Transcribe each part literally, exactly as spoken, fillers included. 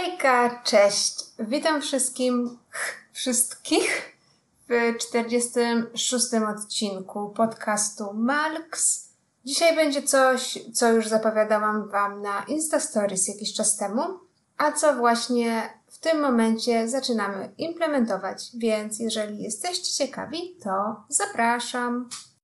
Hejka, cześć! Witam wszystkim, wszystkich w czterdziestym szóstym odcinku podcastu Malks. Dzisiaj będzie coś, co już zapowiadałam Wam na Insta Stories jakiś czas temu, a co właśnie w tym momencie zaczynamy implementować, więc jeżeli jesteście ciekawi, to zapraszam.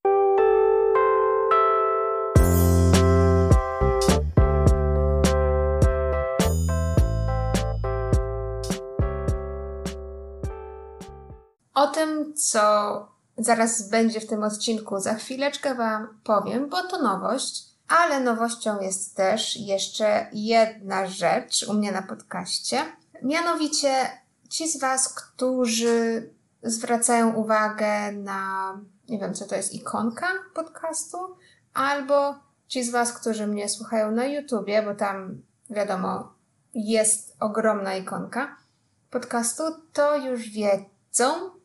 O tym, co zaraz będzie w tym odcinku, za chwileczkę Wam powiem, bo to nowość, ale nowością jest też jeszcze jedna rzecz u mnie na podcaście. Mianowicie ci z Was, którzy zwracają uwagę na, nie wiem co to jest, ikonka podcastu, albo ci z Was, którzy mnie słuchają na YouTubie, bo tam wiadomo jest ogromna ikonka podcastu, to już wiedzą,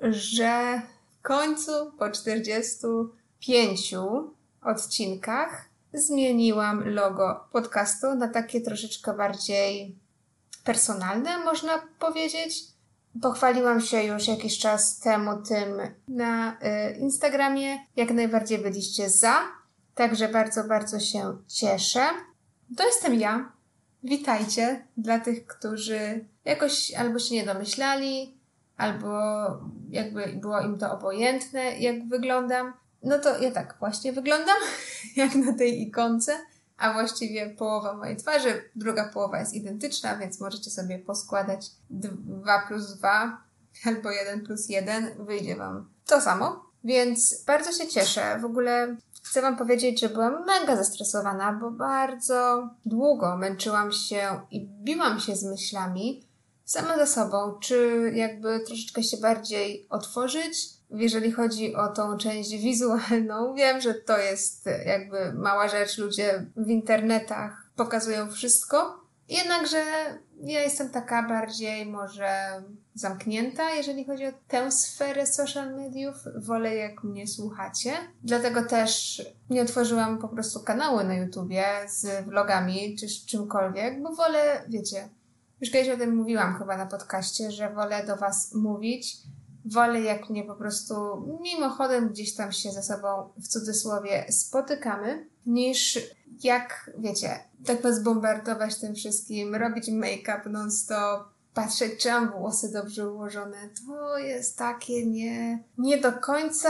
że w końcu po czterdziestu pięciu odcinkach zmieniłam logo podcastu na takie troszeczkę bardziej personalne, można powiedzieć. Pochwaliłam się już jakiś czas temu tym na y, Instagramie. Jak najbardziej byliście za, także bardzo, bardzo się cieszę. To jestem ja. Witajcie dla tych, którzy jakoś albo się nie domyślali, albo jakby było im to obojętne, jak wyglądam. No to ja tak właśnie wyglądam, jak na tej ikonce, a właściwie połowa mojej twarzy, druga połowa jest identyczna, więc możecie sobie poskładać dwa plus dwa albo jeden plus jeden, wyjdzie Wam to samo. Więc bardzo się cieszę. W ogóle chcę Wam powiedzieć, że byłam mega zestresowana, bo bardzo długo męczyłam się i biłam się z myślami sama ze sobą, czy jakby troszeczkę się bardziej otworzyć, jeżeli chodzi o tą część wizualną. Wiem, że to jest jakby mała rzecz, ludzie w internetach pokazują wszystko, jednakże ja jestem taka bardziej może zamknięta, jeżeli chodzi o tę sferę social mediów. Wolę, jak mnie słuchacie. Dlatego też nie otworzyłam po prostu kanału na YouTubie z vlogami czy z czymkolwiek, bo wolę, wiecie, już kiedyś o tym mówiłam chyba na podcaście, że wolę do Was mówić, wolę jak mnie po prostu mimochodem gdzieś tam się ze sobą w cudzysłowie spotykamy, niż jak, wiecie, tak Was bombardować tym wszystkim, robić make-up non-stop, patrzeć, czy mam włosy dobrze ułożone. To jest takie nie, nie do końca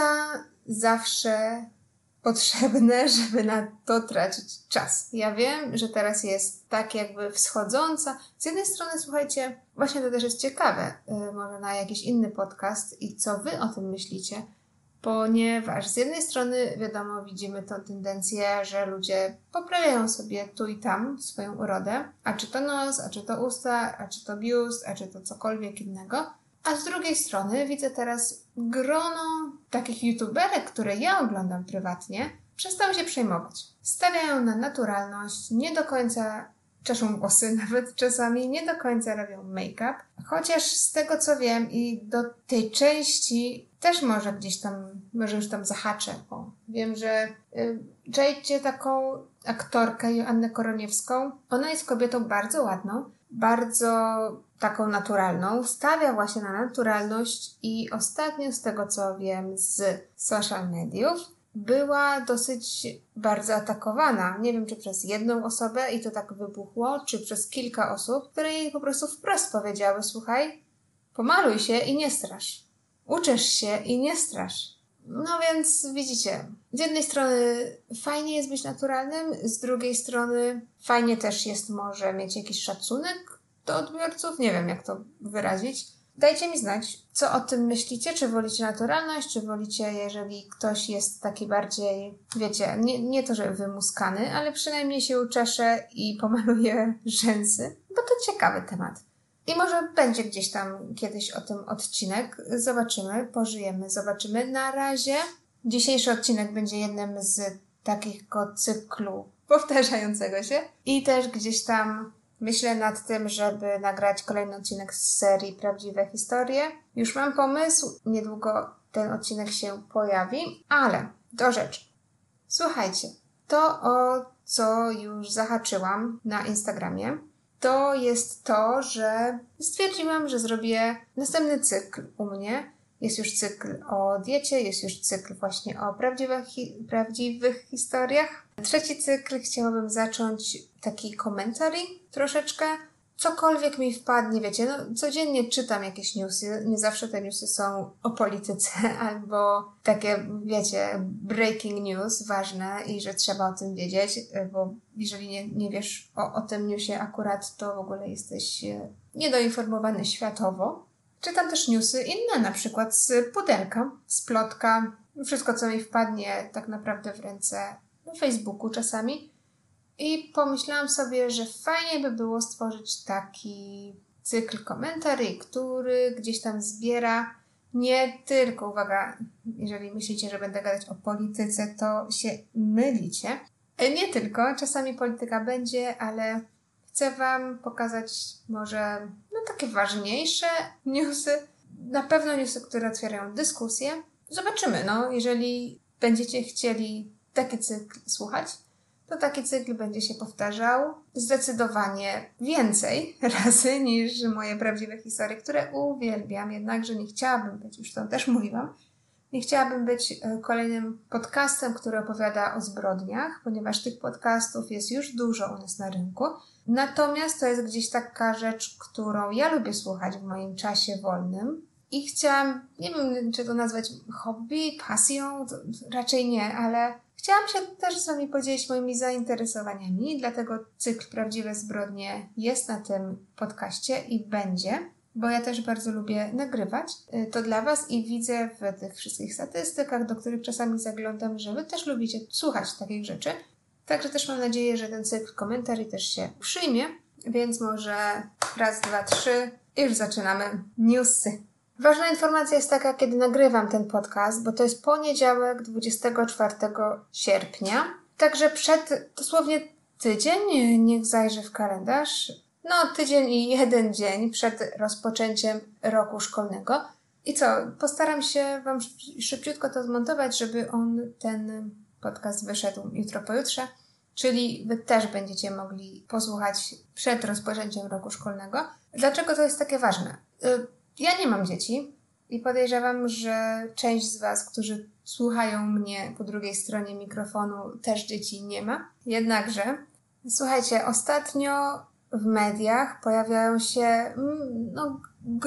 zawsze potrzebne, żeby na to tracić czas. Ja wiem, że teraz jest tak jakby wschodząca. Z jednej strony, słuchajcie, właśnie to też jest ciekawe, yy, może na jakiś inny podcast i co Wy o tym myślicie, ponieważ z jednej strony, wiadomo, widzimy tą tendencję, że ludzie poprawiają sobie tu i tam swoją urodę, a czy to nos, a czy to usta, a czy to biust, a czy to cokolwiek innego. A z drugiej strony widzę teraz grono takich youtuberek, które ja oglądam prywatnie, przestały się przejmować. Stawiają na naturalność, nie do końca czeszą włosy, nawet czasami nie do końca robią make-up. Chociaż z tego co wiem i do tej części też może gdzieś tam, może już tam zahaczę. O, wiem, że y, czajcie taką aktorkę Joannę Koroniewską. Ona jest kobietą bardzo ładną, bardzo taką naturalną, stawia właśnie na naturalność i ostatnio z tego co wiem z social mediów była dosyć bardzo atakowana. Nie wiem czy przez jedną osobę i to tak wybuchło, czy przez kilka osób, które jej po prostu wprost powiedziały: słuchaj, pomaluj się i nie strasz. Uczesz się i nie strasz. No więc widzicie, z jednej strony fajnie jest być naturalnym, z drugiej strony fajnie też jest może mieć jakiś szacunek do odbiorców. Nie wiem jak to wyrazić. Dajcie mi znać, co o tym myślicie, czy wolicie naturalność, czy wolicie, jeżeli ktoś jest taki bardziej, wiecie, nie, nie to, że wymuskany, ale przynajmniej się uczesze i pomaluje rzęsy, bo to ciekawy temat. I może będzie gdzieś tam kiedyś o tym odcinek. Zobaczymy, pożyjemy, zobaczymy. Na razie dzisiejszy odcinek będzie jednym z takiego cyklu powtarzającego się. I też gdzieś tam myślę nad tym, żeby nagrać kolejny odcinek z serii Prawdziwe Historie. Już mam pomysł, niedługo ten odcinek się pojawi, ale do rzeczy. Słuchajcie, to o co już zahaczyłam na Instagramie, to jest to, że stwierdziłam, że zrobię następny cykl u mnie. Jest już cykl o diecie, jest już cykl właśnie o prawdziwych, hi- prawdziwych historiach. Trzeci cykl chciałabym zacząć taki commentary troszeczkę. Cokolwiek mi wpadnie, wiecie, no codziennie czytam jakieś newsy, nie zawsze te newsy są o polityce albo takie, wiecie, breaking news ważne i że trzeba o tym wiedzieć, bo jeżeli nie, nie wiesz o, o tym newsie akurat, to w ogóle jesteś niedoinformowany światowo. Czytam też newsy inne, na przykład z pudelka, z plotka, wszystko co mi wpadnie tak naprawdę w ręce na Facebooku czasami. I pomyślałam sobie, że fajnie by było stworzyć taki cykl komentarzy, który gdzieś tam zbiera nie tylko, uwaga, jeżeli myślicie, że będę gadać o polityce, to się mylicie. Nie tylko, czasami polityka będzie, ale chcę wam pokazać może no, takie ważniejsze newsy, na pewno newsy, które otwierają dyskusję. Zobaczymy, no, jeżeli będziecie chcieli taki cykl słuchać, to taki cykl będzie się powtarzał zdecydowanie więcej razy niż moje prawdziwe historie, które uwielbiam, jednakże nie chciałabym być, już to też mówiłam, nie chciałabym być kolejnym podcastem, który opowiada o zbrodniach, ponieważ tych podcastów jest już dużo u nas na rynku. Natomiast to jest gdzieś taka rzecz, którą ja lubię słuchać w moim czasie wolnym i chciałam, nie wiem, czy to nazwać hobby, pasją, to raczej nie, ale chciałam się też z wami podzielić moimi zainteresowaniami, dlatego cykl Prawdziwe Zbrodnie jest na tym podcaście i będzie, bo ja też bardzo lubię nagrywać to dla was i widzę w tych wszystkich statystykach, do których czasami zaglądam, że wy też lubicie słuchać takich rzeczy. Także też mam nadzieję, że ten cykl komentarzy też się przyjmie, więc może raz, dwa, trzy i już zaczynamy newsy. Ważna informacja jest taka, kiedy nagrywam ten podcast, bo to jest poniedziałek, dwudziestego czwartego sierpnia. Także przed dosłownie tydzień, niech zajrzę w kalendarz, no tydzień i jeden dzień przed rozpoczęciem roku szkolnego. I co, postaram się wam szybciutko to zmontować, żeby on, ten podcast wyszedł jutro pojutrze, czyli wy też będziecie mogli posłuchać przed rozpoczęciem roku szkolnego. Dlaczego to jest takie ważne? Ja nie mam dzieci i podejrzewam, że część z was, którzy słuchają mnie po drugiej stronie mikrofonu, też dzieci nie ma. Jednakże, słuchajcie, ostatnio w mediach pojawiają się no,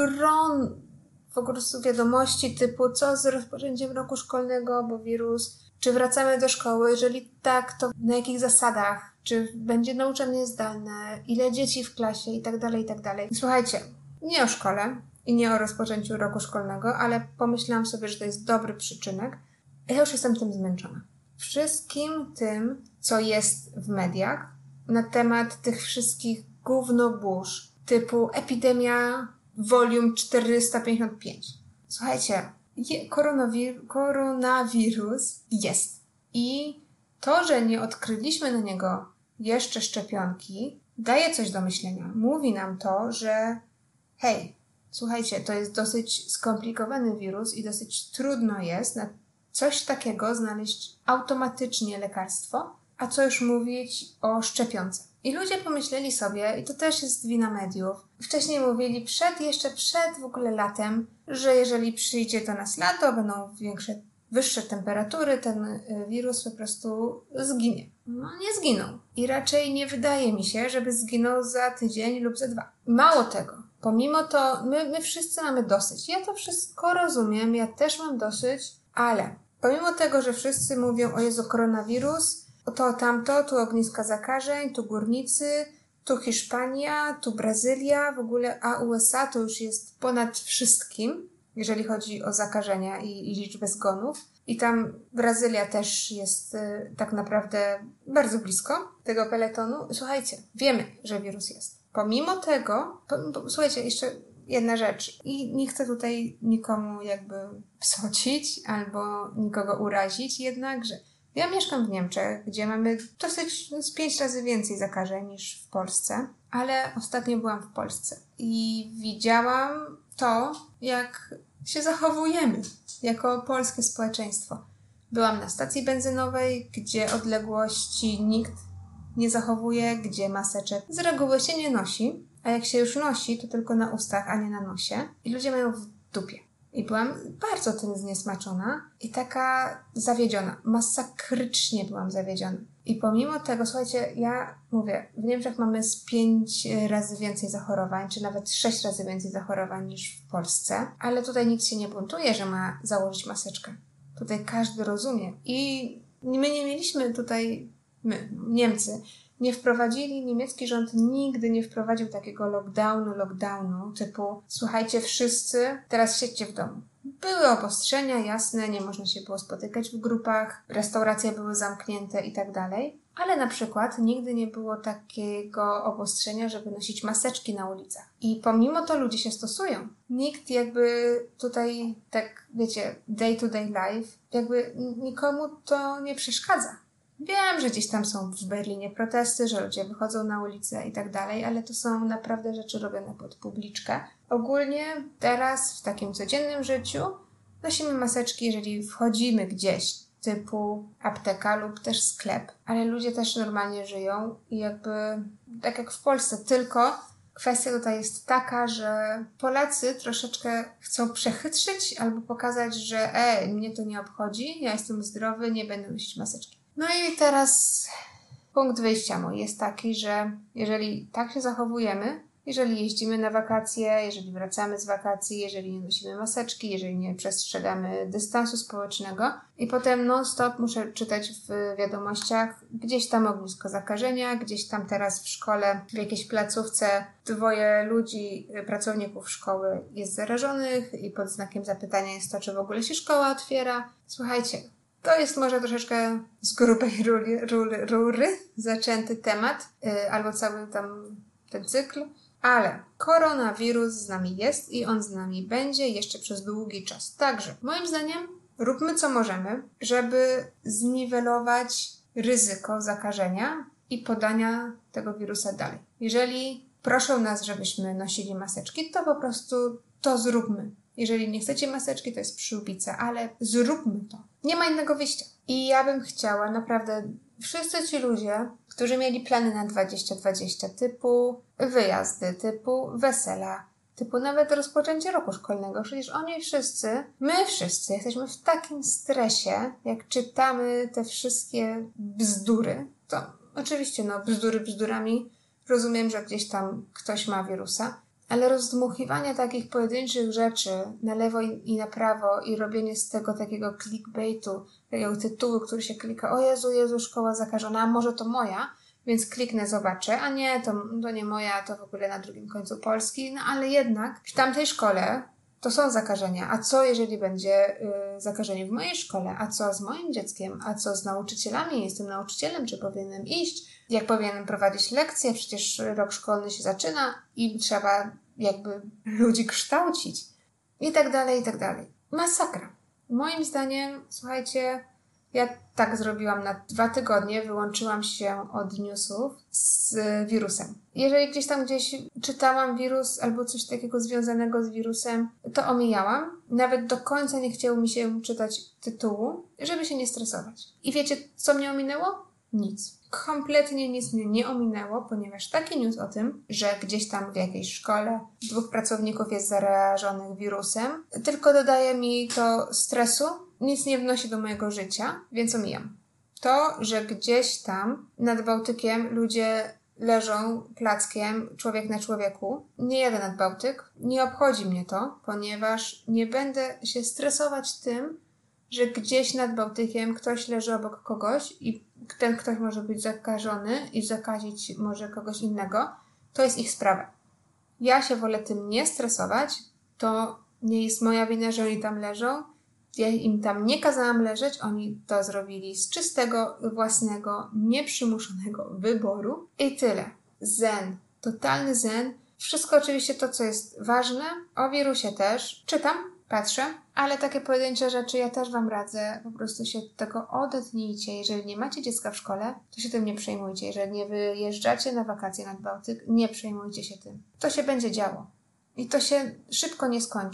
gron po prostu wiadomości typu co z rozpoczęciem roku szkolnego, bo wirus, czy wracamy do szkoły, jeżeli tak, to na jakich zasadach, czy będzie nauczanie zdalne, ile dzieci w klasie i tak dalej, i tak dalej. Słuchajcie, nie o szkole i nie o rozpoczęciu roku szkolnego, ale pomyślałam sobie, że to jest dobry przyczynek. Ja już jestem tym zmęczona. Wszystkim tym, co jest w mediach na temat tych wszystkich gównoburz typu epidemia volume czterysta pięćdziesiąt pięć. Słuchajcie, je, koronawir- koronawirus jest. I to, że nie odkryliśmy na niego jeszcze szczepionki, daje coś do myślenia. Mówi nam to, że hej, słuchajcie, to jest dosyć skomplikowany wirus i dosyć trudno jest na coś takiego znaleźć automatycznie lekarstwo, a co już mówić o szczepionce. I ludzie pomyśleli sobie, i to też jest wina mediów, wcześniej mówili przed, jeszcze przed w ogóle latem, że jeżeli przyjdzie do nas lato, będą większe, wyższe temperatury, ten wirus po prostu zginie. No nie zginął. I raczej nie wydaje mi się, żeby zginął za tydzień lub za dwa. Mało tego. Pomimo to, my, my wszyscy mamy dosyć. Ja to wszystko rozumiem, ja też mam dosyć, ale pomimo tego, że wszyscy mówią o Jezu, koronawirus, to tamto, tu ogniska zakażeń, tu górnicy, tu Hiszpania, tu Brazylia, w ogóle, a U S A to już jest ponad wszystkim, jeżeli chodzi o zakażenia i, i liczbę zgonów. I tam Brazylia też jest y, tak naprawdę bardzo blisko tego peletonu. Słuchajcie, wiemy, że wirus jest. Pomimo tego, po, po, słuchajcie, jeszcze jedna rzecz. I nie chcę tutaj nikomu jakby psocić albo nikogo urazić, jednakże ja mieszkam w Niemczech, gdzie mamy dosyć no, z pięć razy więcej zakażeń niż w Polsce, ale ostatnio byłam w Polsce i widziałam to, jak się zachowujemy jako polskie społeczeństwo. Byłam na stacji benzynowej, gdzie odległości nikt nie zachowuje, gdzie maseczek z reguły się nie nosi, a jak się już nosi, to tylko na ustach, a nie na nosie. I ludzie mają w dupie. I byłam bardzo tym zniesmaczona i taka zawiedziona. Masakrycznie byłam zawiedziona. I pomimo tego, słuchajcie, ja mówię, w Niemczech mamy z pięć razy więcej zachorowań, czy nawet sześć razy więcej zachorowań niż w Polsce, ale tutaj nikt się nie buntuje, że ma założyć maseczkę. Tutaj każdy rozumie. I my nie mieliśmy tutaj, my, Niemcy, nie wprowadzili, niemiecki rząd nigdy nie wprowadził takiego lockdownu, lockdownu, typu słuchajcie wszyscy, teraz siedźcie w domu. Były obostrzenia, jasne, nie można się było spotykać w grupach, restauracje były zamknięte i tak dalej, ale na przykład nigdy nie było takiego obostrzenia, żeby nosić maseczki na ulicach. I pomimo to ludzie się stosują. Nikt jakby tutaj, tak wiecie, day to day life, jakby nikomu to nie przeszkadza. Wiem, że gdzieś tam są w Berlinie protesty, że ludzie wychodzą na ulicę i tak dalej, ale to są naprawdę rzeczy robione pod publiczkę. Ogólnie teraz w takim codziennym życiu nosimy maseczki, jeżeli wchodzimy gdzieś, typu apteka lub też sklep, ale ludzie też normalnie żyją i jakby tak jak w Polsce, tylko kwestia tutaj jest taka, że Polacy troszeczkę chcą przechytrzyć albo pokazać, że e, mnie to nie obchodzi, ja jestem zdrowy, nie będę nosić maseczki. No i teraz punkt wyjścia mój jest taki, że jeżeli tak się zachowujemy, jeżeli jeździmy na wakacje, jeżeli wracamy z wakacji, jeżeli nie nosimy maseczki, jeżeli nie przestrzegamy dystansu społecznego i potem non-stop muszę czytać w wiadomościach gdzieś tam ognisko zakażenia, gdzieś tam teraz w szkole, w jakiejś placówce dwoje ludzi, pracowników szkoły jest zarażonych i pod znakiem zapytania jest to, czy w ogóle się szkoła otwiera. Słuchajcie, to jest może troszeczkę z grubej rury, rury, rury zaczęty temat, yy, albo cały tam ten cykl, ale koronawirus z nami jest i on z nami będzie jeszcze przez długi czas. Także moim zdaniem róbmy co możemy, żeby zniwelować ryzyko zakażenia i podania tego wirusa dalej. Jeżeli proszą nas, żebyśmy nosili maseczki, to po prostu to zróbmy. Jeżeli nie chcecie maseczki, to jest przyłbica, ale zróbmy to. Nie ma innego wyjścia. I ja bym chciała naprawdę, wszyscy ci ludzie, którzy mieli plany na dwadzieścia dwadzieścia, typu wyjazdy, typu wesela, typu nawet rozpoczęcie roku szkolnego, przecież oni wszyscy, my wszyscy jesteśmy w takim stresie, jak czytamy te wszystkie bzdury, to oczywiście no bzdury bzdurami, rozumiem, że gdzieś tam ktoś ma wirusa, ale rozdmuchiwanie takich pojedynczych rzeczy na lewo i na prawo i robienie z tego takiego clickbaitu, takiego tytułu, który się klika, o Jezu, Jezu, szkoła zakażona, a może to moja, więc kliknę, zobaczę, a nie, to, to nie moja, to w ogóle na drugim końcu Polski, no ale jednak w tamtej szkole to są zakażenia, a co jeżeli będzie y, zakażenie w mojej szkole, a co z moim dzieckiem, a co z nauczycielami, jestem nauczycielem, czy powinienem iść, jak powinienem prowadzić lekcje, przecież rok szkolny się zaczyna i trzeba jakby ludzi kształcić i tak dalej, i tak dalej. Masakra. Moim zdaniem, słuchajcie, ja tak zrobiłam na dwa tygodnie, wyłączyłam się od newsów z wirusem. Jeżeli gdzieś tam gdzieś czytałam wirus albo coś takiego związanego z wirusem, to omijałam. Nawet do końca nie chciało mi się czytać tytułu, żeby się nie stresować. I wiecie, co mnie ominęło? Nic. Kompletnie nic mnie nie ominęło, ponieważ taki news o tym, że gdzieś tam w jakiejś szkole dwóch pracowników jest zarażonych wirusem, tylko dodaje mi to stresu, nic nie wnosi do mojego życia, więc omijam. To, że gdzieś tam nad Bałtykiem ludzie leżą plackiem, człowiek na człowieku, nie jadę nad Bałtyk, nie obchodzi mnie to, ponieważ nie będę się stresować tym, że gdzieś nad Bałtykiem ktoś leży obok kogoś i ten ktoś może być zakażony i zakazić może kogoś innego, to jest ich sprawa. Ja się wolę tym nie stresować, to nie jest moja wina, że oni tam leżą, ja im tam nie kazałam leżeć, oni to zrobili z czystego, własnego, nieprzymuszonego wyboru i tyle. Zen, totalny zen. Wszystko oczywiście to, co jest ważne, o wirusie też czytam, patrzę, ale takie pojedyncze rzeczy ja też wam radzę, po prostu się tego odetnijcie. Jeżeli nie macie dziecka w szkole, to się tym nie przejmujcie. Jeżeli nie wyjeżdżacie na wakacje nad Bałtyk, nie przejmujcie się tym. To się będzie działo. I to się szybko nie skończy.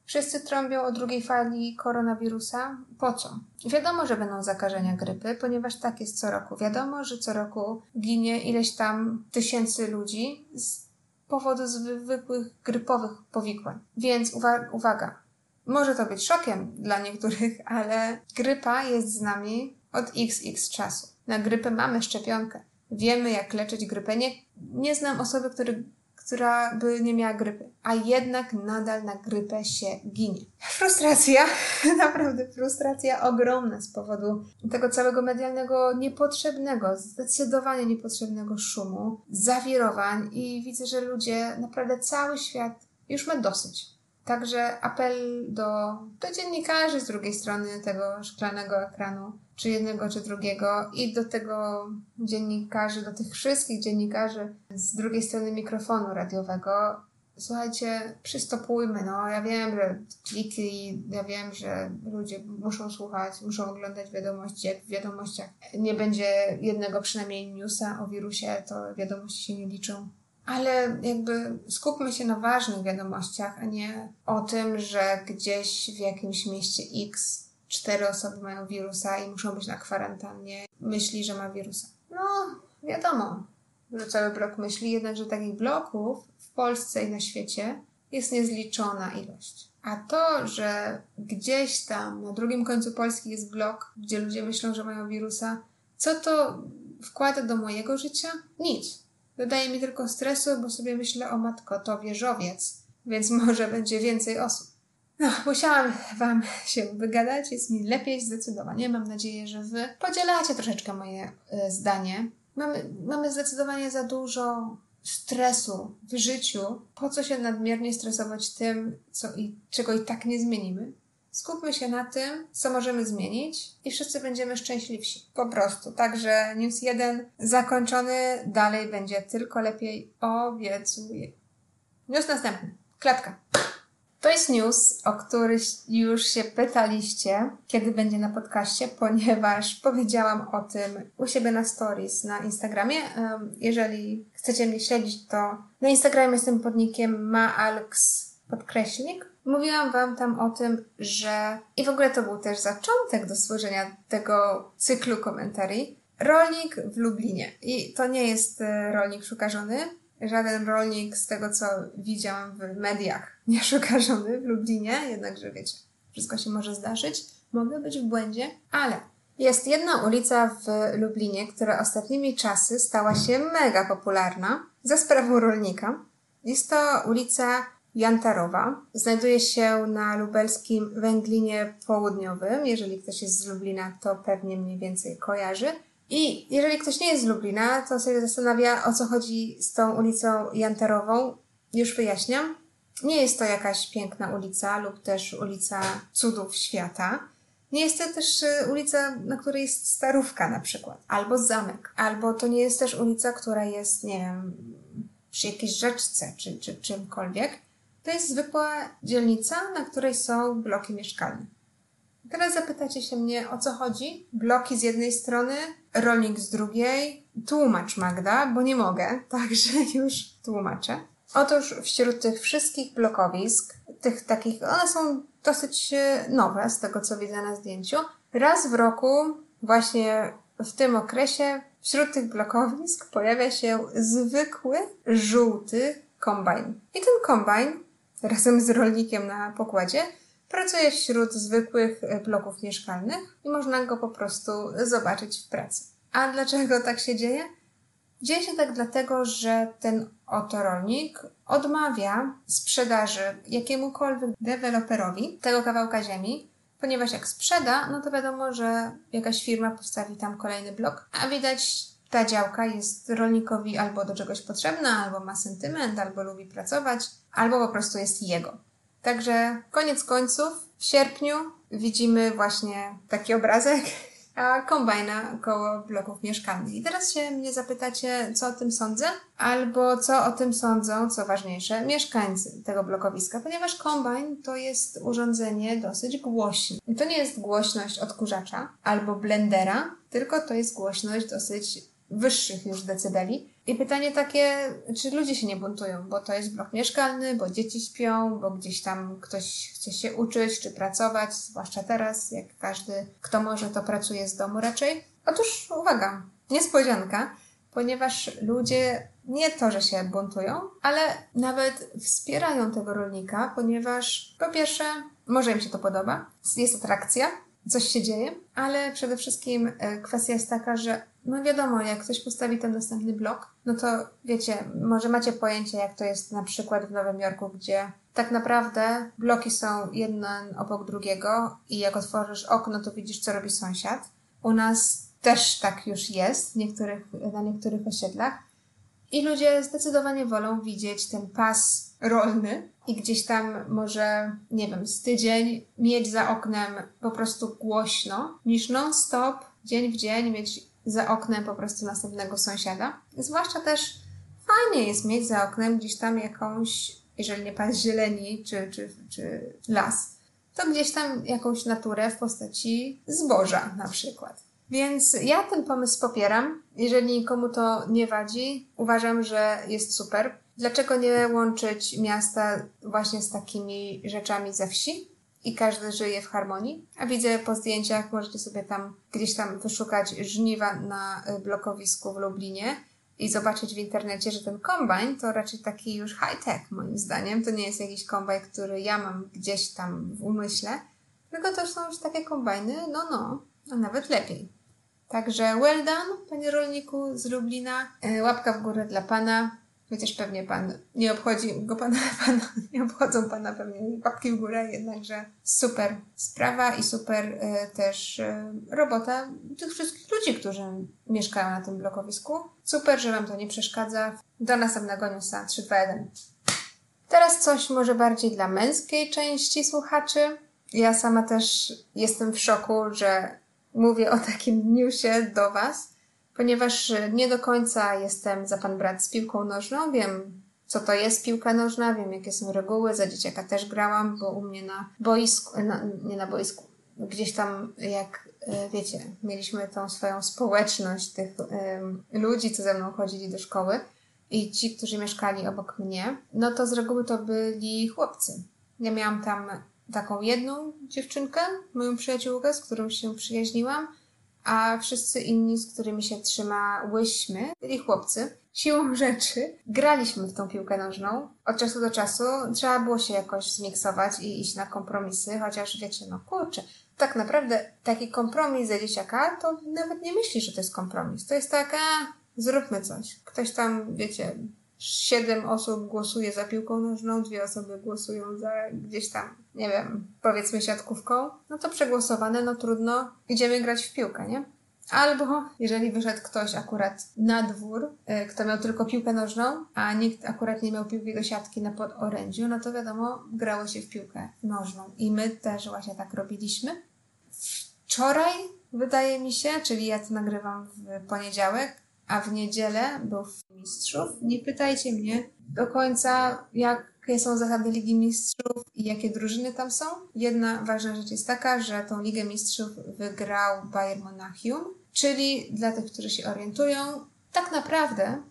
Wszyscy trąbią o drugiej fali koronawirusa. Po co? Wiadomo, że będą zakażenia grypy, ponieważ tak jest co roku. Wiadomo, że co roku ginie ileś tam tysięcy ludzi z powodu zwykłych grypowych powikłań. Więc uwa- uwaga, może to być szokiem dla niektórych, ale grypa jest z nami od iks iks czasu. Na grypę mamy szczepionkę. Wiemy, jak leczyć grypę. Nie, nie znam osoby, który, która by nie miała grypy, a jednak nadal na grypę się ginie. Frustracja, naprawdę frustracja ogromna z powodu tego całego medialnego, niepotrzebnego, zdecydowanie niepotrzebnego szumu, zawirowań i widzę, że ludzie, naprawdę cały świat już ma dosyć. Także apel do, do dziennikarzy z drugiej strony tego szklanego ekranu, czy jednego, czy drugiego, i do tego dziennikarzy, do tych wszystkich dziennikarzy z drugiej strony mikrofonu radiowego. Słuchajcie, przystopujmy, no. Ja wiem, że kliki, ja wiem, że ludzie muszą słuchać, muszą oglądać wiadomości, jak w wiadomościach nie będzie jednego przynajmniej newsa o wirusie, to wiadomości się nie liczą. Ale jakby skupmy się na ważnych wiadomościach, a nie o tym, że gdzieś w jakimś mieście X cztery osoby mają wirusa i muszą być na kwarantannie. Myśli, że ma wirusa. No, wiadomo, że cały blok myśli, jednakże takich bloków w Polsce i na świecie jest niezliczona ilość. A to, że gdzieś tam na drugim końcu Polski jest blok, gdzie ludzie myślą, że mają wirusa, co to wkłada do mojego życia? Nic. Dodaje mi tylko stresu, bo sobie myślę, o matko, to wieżowiec, więc może będzie więcej osób. No, musiałam wam się wygadać, jest mi lepiej zdecydowanie. Mam nadzieję, że wy podzielacie troszeczkę moje y, zdanie. Mamy, mamy zdecydowanie za dużo stresu w życiu. Po co się nadmiernie stresować tym, co i, czego i tak nie zmienimy? Skupmy się na tym, co możemy zmienić i wszyscy będziemy szczęśliwsi. Po prostu. Także news jeden zakończony. Dalej będzie tylko lepiej. Obiecuję. News następny. Klatka. To jest news, o który już się pytaliście, kiedy będzie na podcaście, ponieważ powiedziałam o tym u siebie na stories na Instagramie. Jeżeli chcecie mnie śledzić, to na Instagramie jestem pod nickiem maalks podkreślnik. Mówiłam wam tam o tym, że... I w ogóle to był też zaczątek do stworzenia tego cyklu komentarii. Rolnik w Lublinie. I to nie jest rolnik szukarzony. Żaden rolnik z tego, co widziałam w mediach, nie szukarzony w Lublinie. Jednakże wiecie, wszystko się może zdarzyć. Mogę być w błędzie, ale jest jedna ulica w Lublinie, która ostatnimi czasy stała się mega popularna za sprawą rolnika. Jest to ulica Jantarowa. Znajduje się na lubelskim Węglinie Południowym. Jeżeli ktoś jest z Lublina, to pewnie mniej więcej kojarzy. I jeżeli ktoś nie jest z Lublina, to sobie zastanawia, o co chodzi z tą ulicą Jantarową. Już wyjaśniam. Nie jest to jakaś piękna ulica lub też ulica cudów świata. Nie jest to też ulica, na której jest starówka na przykład. Albo zamek. Albo to nie jest też ulica, która jest, nie wiem, przy jakiejś rzeczce czy, czy czymkolwiek. To jest zwykła dzielnica, na której są bloki mieszkalne. Teraz zapytacie się mnie, o co chodzi? Bloki z jednej strony, rolnik z drugiej. Tłumacz, Magda, bo nie mogę, także już tłumaczę. Otóż wśród tych wszystkich blokowisk, tych takich, one są dosyć nowe z tego, co widzę na zdjęciu. Raz w roku, właśnie w tym okresie, wśród tych blokowisk pojawia się zwykły, żółty kombajn. I ten kombajn, razem z rolnikiem na pokładzie, pracuje wśród zwykłych bloków mieszkalnych i można go po prostu zobaczyć w pracy. A dlaczego tak się dzieje? Dzieje się tak dlatego, że ten oto rolnik odmawia sprzedaży jakiemukolwiek deweloperowi tego kawałka ziemi, ponieważ jak sprzeda, no to wiadomo, że jakaś firma postawi tam kolejny blok, a widać, ta działka jest rolnikowi albo do czegoś potrzebna, albo ma sentyment, albo lubi pracować, albo po prostu jest jego. Także koniec końców, w sierpniu widzimy właśnie taki obrazek, a kombajna koło bloków mieszkalnych. I teraz się mnie zapytacie, co o tym sądzę, albo co o tym sądzą, co ważniejsze, mieszkańcy tego blokowiska, ponieważ kombajn to jest urządzenie dosyć głośne. I to nie jest głośność odkurzacza albo blendera, tylko to jest głośność dosyć wyższych już decybeli. I pytanie takie, czy ludzie się nie buntują, bo to jest blok mieszkalny, bo dzieci śpią, bo gdzieś tam ktoś chce się uczyć czy pracować, zwłaszcza teraz, jak każdy, kto może, to pracuje z domu raczej. Otóż uwaga, niespodzianka, ponieważ ludzie nie to, że się buntują, ale nawet wspierają tego rolnika, ponieważ po pierwsze, może im się to podoba, jest atrakcja, coś się dzieje, ale przede wszystkim kwestia jest taka, że no wiadomo, jak ktoś postawi ten następny blok, no to wiecie, może macie pojęcie, jak to jest na przykład w Nowym Jorku, gdzie tak naprawdę bloki są jeden obok drugiego i jak otworzysz okno, to widzisz, co robi sąsiad. U nas też tak już jest w niektórych, na niektórych osiedlach i ludzie zdecydowanie wolą widzieć ten pas rolny i gdzieś tam może, nie wiem, z tydzień mieć za oknem po prostu głośno, niż non-stop, dzień w dzień mieć za oknem po prostu następnego sąsiada. Zwłaszcza też fajnie jest mieć za oknem gdzieś tam jakąś, jeżeli nie pas zieleni czy, czy, czy las, to gdzieś tam jakąś naturę w postaci zboża na przykład. Więc ja ten pomysł popieram. Jeżeli nikomu to nie wadzi, uważam, że jest super. Dlaczego nie łączyć miasta właśnie z takimi rzeczami ze wsi? I każdy żyje w harmonii. A widzę po zdjęciach, możecie sobie tam gdzieś tam wyszukać żniwa na blokowisku w Lublinie i zobaczyć w internecie, że ten kombajn to raczej taki już high-tech moim zdaniem. To nie jest jakiś kombajn, który ja mam gdzieś tam w umyśle, tylko to są już takie kombajny, no no, a nawet lepiej. Także well done, panie rolniku z Lublina. Łapka w górę dla pana. Chociaż pewnie pan nie obchodzi go pana, pana nie obchodzą pana pewnie łapki w górę, jednakże super sprawa i super y, też y, robota tych wszystkich ludzi, którzy mieszkają na tym blokowisku. Super, że wam to nie przeszkadza. Do następnego newsa. trzy, dwa, jeden. Teraz coś może bardziej dla męskiej części słuchaczy. Ja sama też jestem w szoku, że mówię o takim newsie do was, ponieważ nie do końca jestem za pan brat z piłką nożną. Wiem, co to jest piłka nożna, wiem, jakie są reguły. Za dzieciaka też grałam, bo u mnie na boisku, na, nie na boisku, gdzieś tam, jak wiecie, mieliśmy tą swoją społeczność tych um, ludzi, co ze mną chodzili do szkoły i ci, którzy mieszkali obok mnie, no to z reguły to byli chłopcy. Ja miałam tam taką jedną dziewczynkę, moją przyjaciółkę, z którą się przyjaźniłam, a wszyscy inni, z którymi się trzymałyśmy, byli chłopcy. Siłą rzeczy graliśmy w tą piłkę nożną. Od czasu do czasu trzeba było się jakoś zmiksować i iść na kompromisy, chociaż wiecie, no kurczę, tak naprawdę taki kompromis za dzieciaka, to nawet nie myślisz, że to jest kompromis. To jest tak, a zróbmy coś. Ktoś tam, wiecie, siedem osób głosuje za piłką nożną, dwie osoby głosują za gdzieś tam, nie wiem, powiedzmy siatkówką, no to przegłosowane, no trudno, idziemy grać w piłkę, nie? Albo jeżeli wyszedł ktoś akurat na dwór, yy, kto miał tylko piłkę nożną, a nikt akurat nie miał piłki do siatki na podorędziu, no to wiadomo, grało się w piłkę nożną. I my też właśnie tak robiliśmy. Wczoraj, wydaje mi się, czyli ja to nagrywam w poniedziałek, a w niedzielę był Mistrzów. Nie pytajcie mnie do końca, jakie są zasady Ligi Mistrzów i jakie drużyny tam są. Jedna ważna rzecz jest taka, że tą Ligę Mistrzów wygrał Bayern Monachium, czyli dla tych, którzy się orientują, tak naprawdę,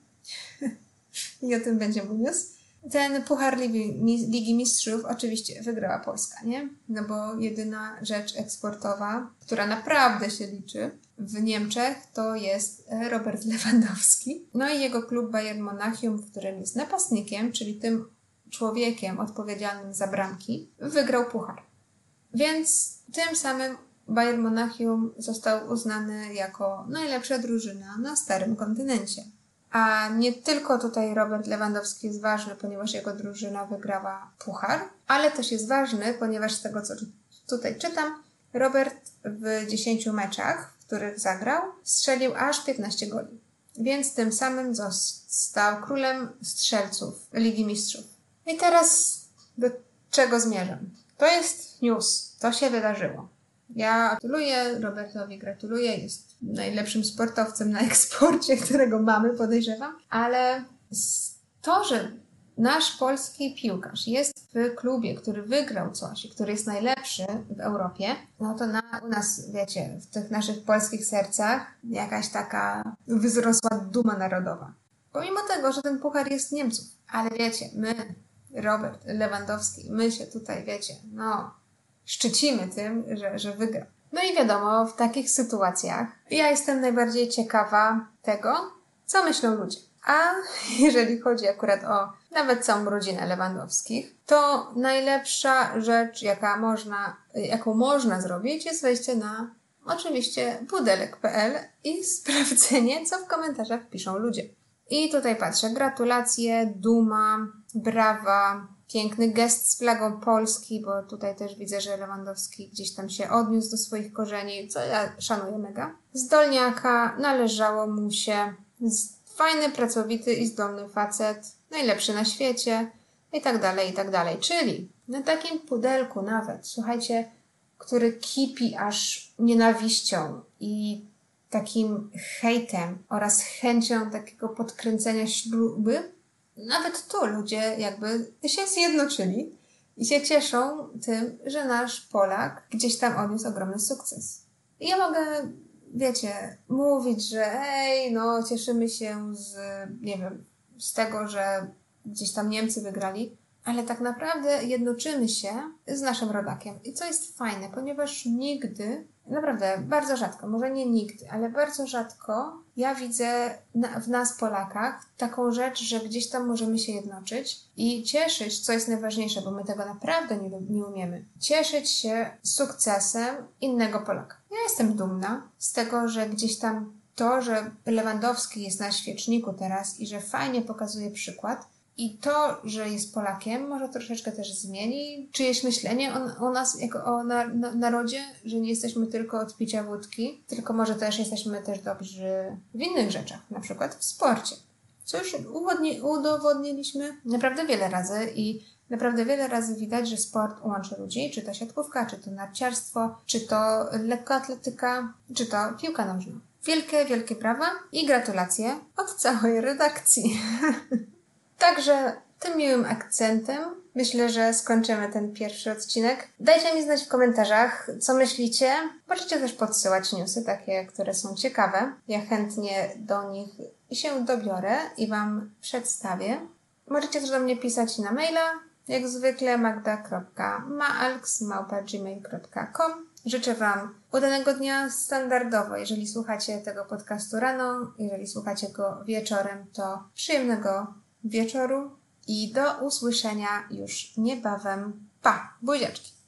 i o tym będzie mój news, ten Puchar Ligi, Ligi Mistrzów oczywiście wygrała Polska, nie? No bo jedyna rzecz eksportowa, która naprawdę się liczy w Niemczech, to jest Robert Lewandowski. No i jego klub Bayern Monachium, w którym jest napastnikiem, czyli tym człowiekiem odpowiedzialnym za bramki, wygrał puchar. Więc tym samym Bayern Monachium został uznany jako najlepsza drużyna na starym kontynencie. A nie tylko tutaj Robert Lewandowski jest ważny, ponieważ jego drużyna wygrała puchar, ale też jest ważny, ponieważ z tego, co tutaj czytam, Robert w dziesięciu meczach, w których zagrał, strzelił aż piętnaście goli. Więc tym samym został królem strzelców Ligi Mistrzów. I teraz do czego zmierzam? To jest news. To się wydarzyło. Ja gratuluję Robertowi, gratuluję. Jest najlepszym sportowcem na eksporcie, którego mamy, podejrzewam. Ale to, że nasz polski piłkarz jest w klubie, który wygrał coś i który jest najlepszy w Europie, no to na, u nas, wiecie, w tych naszych polskich sercach jakaś taka wzrosła duma narodowa. Pomimo tego, że ten puchar jest Niemców. Ale wiecie, my, Robert Lewandowski, my się tutaj, wiecie, no, szczycimy tym, że, że wygra. No i wiadomo, w takich sytuacjach ja jestem najbardziej ciekawa tego, co myślą ludzie. A jeżeli chodzi akurat o nawet całą rodzinę Lewandowskich, to najlepsza rzecz, jaka można, jaką można zrobić, jest wejście na oczywiście pudelek kropka pe el i sprawdzenie, co w komentarzach piszą ludzie. I tutaj patrzę, gratulacje, duma, brawa, piękny gest z flagą Polski, bo tutaj też widzę, że Lewandowski gdzieś tam się odniósł do swoich korzeni, co ja szanuję mega. Zdolniaka, należało mu się, fajny, pracowity i zdolny facet, najlepszy na świecie i tak dalej, i tak dalej. Czyli na takim pudelku nawet, słuchajcie, który kipi aż nienawiścią i takim hejtem oraz chęcią takiego podkręcenia śruby, nawet tu ludzie jakby się zjednoczyli i się cieszą tym, że nasz Polak gdzieś tam odniósł ogromny sukces. I ja mogę, wiecie, mówić, że hej, no cieszymy się z, nie wiem, z tego, że gdzieś tam Niemcy wygrali, ale tak naprawdę jednoczymy się z naszym rodakiem. I co jest fajne, ponieważ nigdy, naprawdę bardzo rzadko, może nie nigdy, ale bardzo rzadko ja widzę na, w nas Polakach taką rzecz, że gdzieś tam możemy się jednoczyć i cieszyć, co jest najważniejsze, bo my tego naprawdę nie, nie umiemy, cieszyć się sukcesem innego Polaka. Ja jestem dumna z tego, że gdzieś tam to, że Lewandowski jest na świeczniku teraz i że fajnie pokazuje przykład, i to, że jest Polakiem, może troszeczkę też zmieni czyjeś myślenie o, o nas jako o na, na, narodzie, że nie jesteśmy tylko od picia wódki, tylko może też jesteśmy też dobrzy w innych rzeczach, na przykład w sporcie. Co już udowodni, udowodniliśmy naprawdę wiele razy i naprawdę wiele razy widać, że sport łączy ludzi, czy to siatkówka, czy to narciarstwo, czy to lekkoatletyka, czy to piłka nożna. Wielkie, wielkie brawa i gratulacje od całej redakcji. Także tym miłym akcentem myślę, że skończymy ten pierwszy odcinek. Dajcie mi znać w komentarzach, co myślicie. Możecie też podsyłać newsy, takie, które są ciekawe. Ja chętnie do nich się dobiorę i Wam przedstawię. Możecie też do mnie pisać na maila, jak zwykle magda kropka maalks małpa gmail kropka com. Życzę Wam udanego dnia standardowo. Jeżeli słuchacie tego podcastu rano, jeżeli słuchacie go wieczorem, to przyjemnego wieczoru i do usłyszenia już niebawem. Pa! Buziaczki!